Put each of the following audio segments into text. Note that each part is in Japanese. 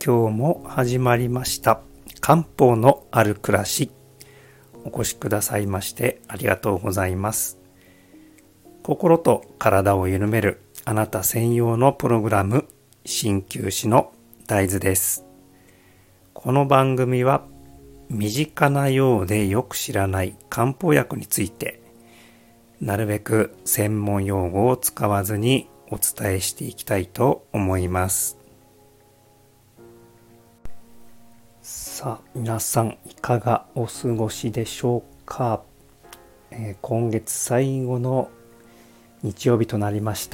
今日も始まりました漢方のある暮らし。お越しくださいましてありがとうございます。心と体を緩めるあなた専用のプログラム、鍼灸師の大豆です。この番組は身近なようでよく知らない漢方薬について、なるべく専門用語を使わずにお伝えしていきたいと思います。さあ皆さんいかがお過ごしでしょうか。今月最後の日曜日となりました。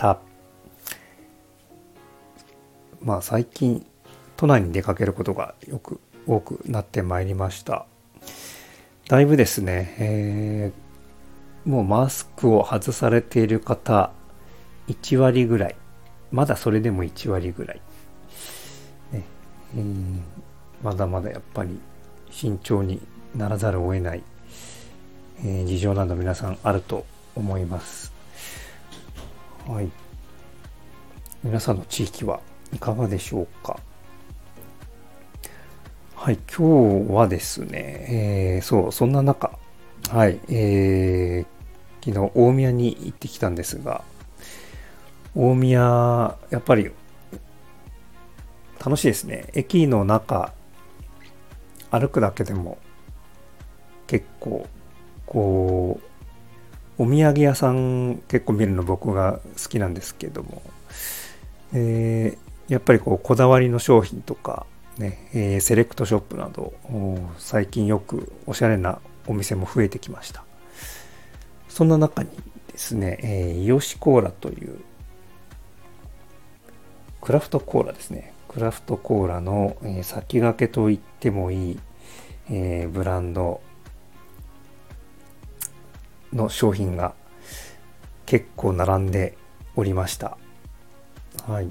最近都内に出かけることが多くなってまいりました。だいぶですね、もうマスクを外されている方1割ぐらい、まだそれでも1割ぐらい、ねまだまだやっぱり慎重にならざるを得ない、事情など皆さんあると思います。はい。皆さんの地域はいかがでしょうか。はい、今日はですね、そんな中、はい、昨日大宮に行ってきたんですが、大宮やっぱり楽しいですね。駅の中歩くだけでも結構お土産屋さん結構見るの僕が好きなんですけども、やっぱりこだわりの商品とかね、セレクトショップなど最近よくおしゃれなお店も増えてきました。そんな中にですね、イヨシコーラというクラフトコーラですね。クラフトコーラの、先駆けと言ってもいい、ブランドの商品が結構並んでおりました。はい。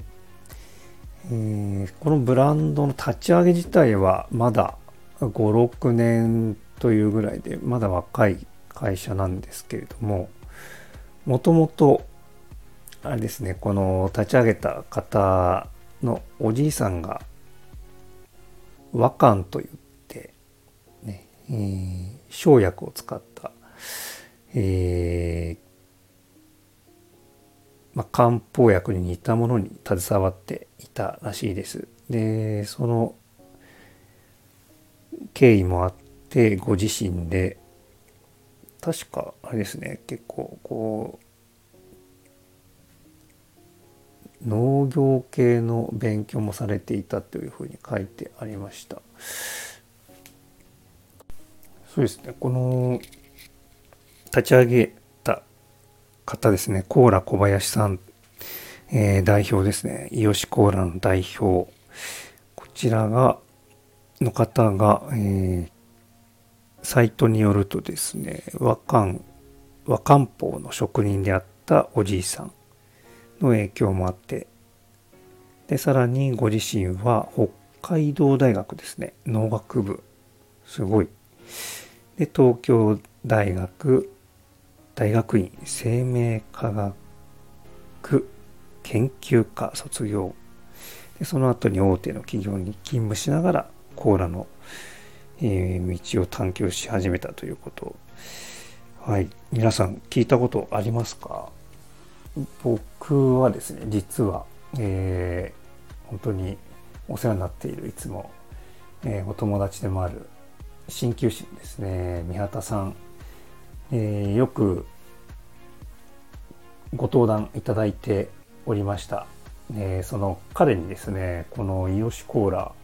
このブランドの立ち上げ自体はまだ5、6年というぐらいでまだ若い会社なんですけれども、もともとあれですね、この立ち上げた方のおじいさんが和漢といってね、生薬を使った、漢方薬に似たものに携わっていたらしいです。で、その経緯もあってご自身で確かあれですね、結構農業系の勉強もされていたというふうに書いてありました。そうですね、この立ち上げた方ですね、コーラ小林さん、代表ですね、イヨシコーラの代表、こちらの方が、サイトによるとですね、和漢方の職人であったおじいさんの影響もあって、でさらにご自身は北海道大学ですね、農学部、すごい。で東京大学大学院生命科学研究科卒業で、その後に大手の企業に勤務しながらコーラの、道を探求し始めたということ。はい、皆さん聞いたことありますか？僕はですね、実は、本当にお世話になっている、いつも、お友達でもある鍼灸師ですね、三畑さん、よくご登壇いただいておりました。その彼にですね、このイヨシコーラ、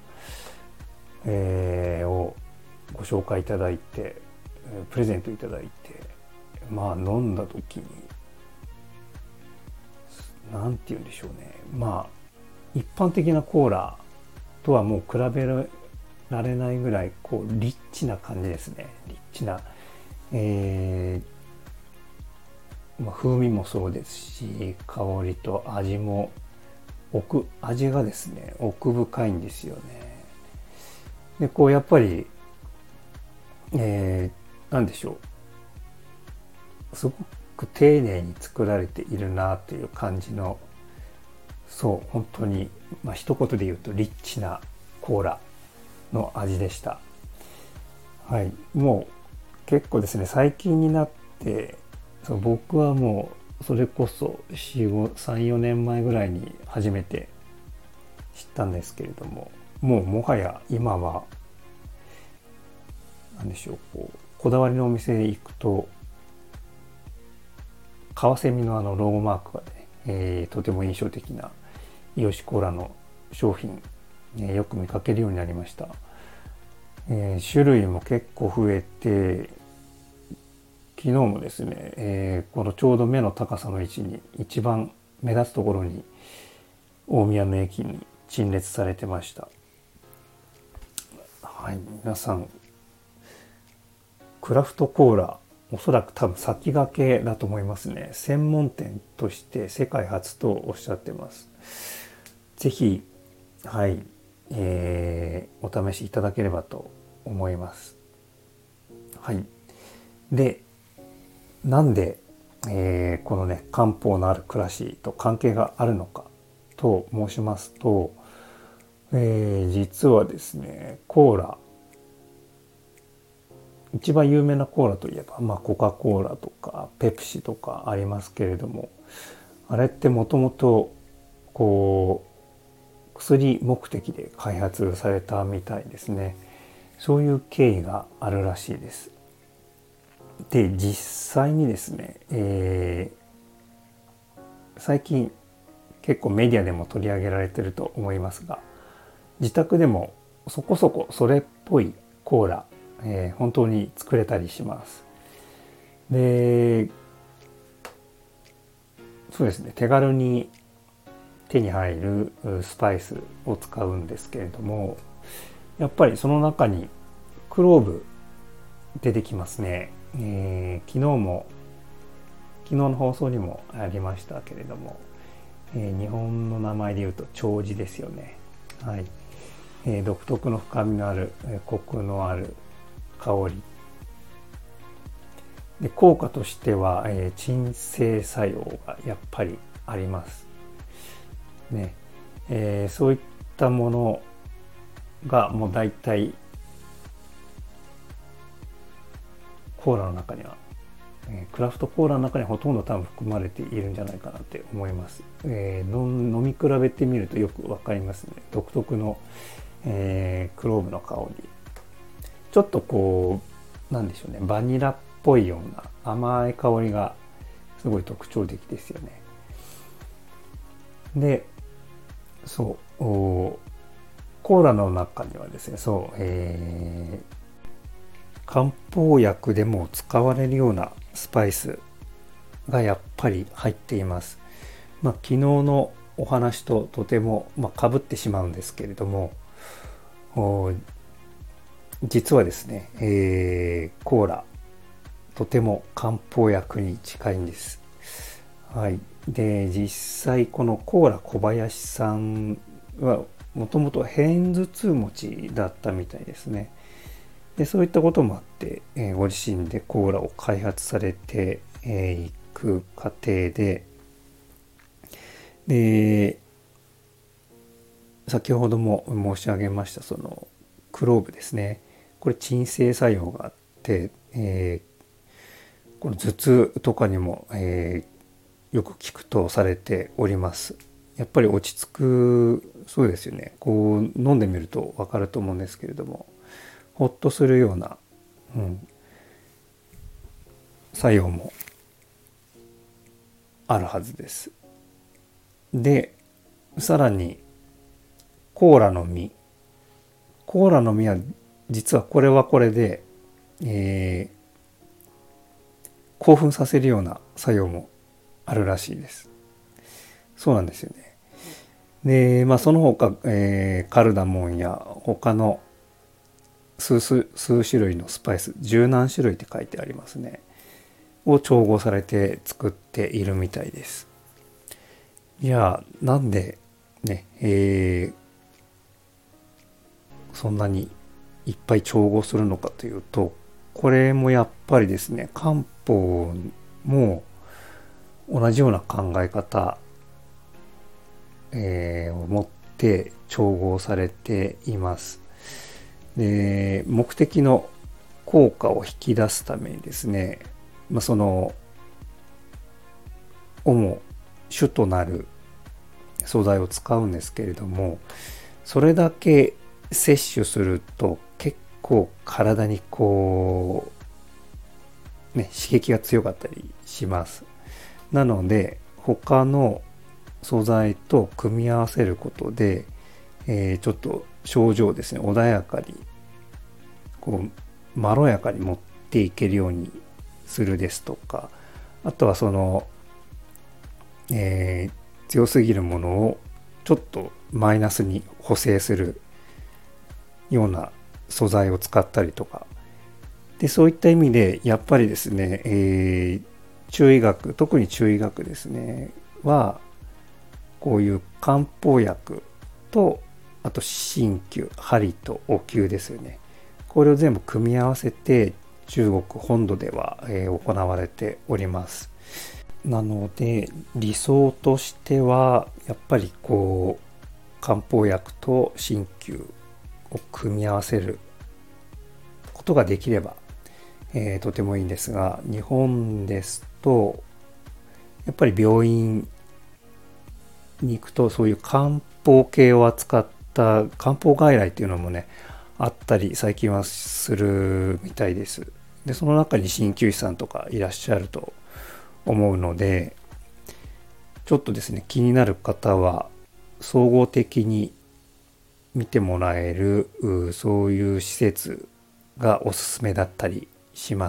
をご紹介いただいて、プレゼントいただいて、飲んだ時になんて言うんでしょうね、一般的なコーラとはもう比べられないぐらいリッチな感じですね。リッチな、風味もそうですし、香りと味も味がですね、奥深いんですよね。でやっぱり、なんでしょう、すごく丁寧に作られているなという感じの、本当に、一言で言うとリッチなコーラの味でした。はい、もう結構ですね、最近になって僕はもうそれこそ3、4年前ぐらいに初めて知ったんですけれども、もはや今は何でしょう、こだわりのお店へ行くとカワセミのロゴマークがね、とても印象的なイヨシコーラの商品、よく見かけるようになりました。種類も結構増えて、昨日もですね、このちょうど目の高さの位置に一番目立つところに大宮の駅に陳列されてました。はい、皆さんクラフトコーラ、おそらく多分先駆けだと思いますね。専門店として世界初とおっしゃってます。ぜひ、はい、お試しいただければと思います。はい。で、なんで、このね、漢方のある暮らしと関係があるのかと申しますと、実はですね、コーラ、一番有名なコーラといえば、コカ・コーラとかペプシとかありますけれども、あれってもともと薬目的で開発されたみたいですね。そういう経緯があるらしいです。で、実際にですね、最近結構メディアでも取り上げられていると思いますが、自宅でもそこそこそれっぽいコーラ、本当に作れたりします。で、そうですね、手軽に手に入るスパイスを使うんですけれども、やっぱりその中にクローブ出てきますね。昨日の放送にもありましたけれども、日本の名前で言うと長寿ですよね。はい。独特の深みのある、コクのある香りで、効果としては、鎮静作用がやっぱりありますね。そういったものがもう大体コーラの中には、クラフトコーラの中にはほとんど多分含まれているんじゃないかなって思います。飲み比べてみるとよくわかりますね。独特の、クローブの香り、ちょっとなんでしょうね、バニラっぽいような甘い香りがすごい特徴的ですよね。で、コーラの中にはですね、漢方薬でも使われるようなスパイスがやっぱり入っています。昨日のお話ととても被ってしまうんですけれども、実はですね、コーラとても漢方薬に近いんです。はい。で、実際このコーラ小林さんはもともと片頭痛持ちだったみたいですね。で、そういったこともあって、ご自身でコーラを開発されていく過程で、先ほども申し上げましたそのクローブですね。これ鎮静作用があって、この頭痛とかにも、よく効くとされております。やっぱり落ち着く、そうですよね。飲んでみると分かると思うんですけれども、ほっとするような、作用もあるはずです。で、さらにコーラの実は実はこれはこれで、興奮させるような作用もあるらしいです。そうなんですよね。で、その他、カルダモンや他の数種類のスパイス、十何種類って書いてありますね。を調合されて作っているみたいです。いや、なんでね、そんなにいっぱい調合するのかというと、これもやっぱりですね、漢方も同じような考え方、を持って調合されています。で、目的の効果を引き出すためにですね、その主となる素材を使うんですけれども、それだけ摂取すると結構体に刺激が強かったりします。なので他の素材と組み合わせることで、ちょっと症状をですね、穏やかにまろやかに持っていけるようにするですとか、あとは強すぎるものをちょっとマイナスに補正するような素材を使ったりとかで、そういった意味でやっぱりですね、特に中医学ですねはこういう漢方薬と、あと鍼灸、針とお灸ですよね。これを全部組み合わせて中国本土では、行われております。なので理想としてはやっぱり漢方薬と鍼灸を組み合わせることができれば、とてもいいんですが、日本ですとやっぱり病院に行くとそういう漢方系を扱った漢方外来っていうのもねあったり最近はするみたいです。でその中に鍼灸師さんとかいらっしゃると思うので、ちょっとですね気になる方は総合的に見てもらえるそういう施設がおすすめだったりします。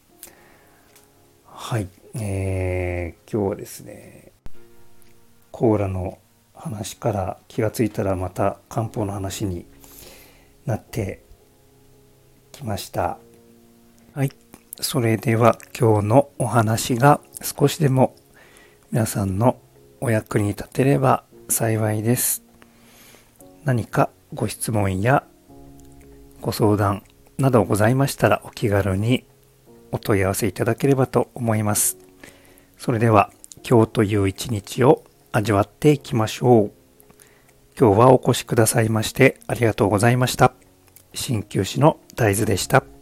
はい、今日はですねコーラの話から気がついたらまた漢方の話になってきました。はい、それでは今日のお話が少しでも皆さんのお役に立てれば幸いです。何かご質問やご相談などございましたらお気軽にお問い合わせいただければと思います。それでは今日という一日を味わっていきましょう。今日はお越しくださいましてありがとうございました。鍼灸師の大豆でした。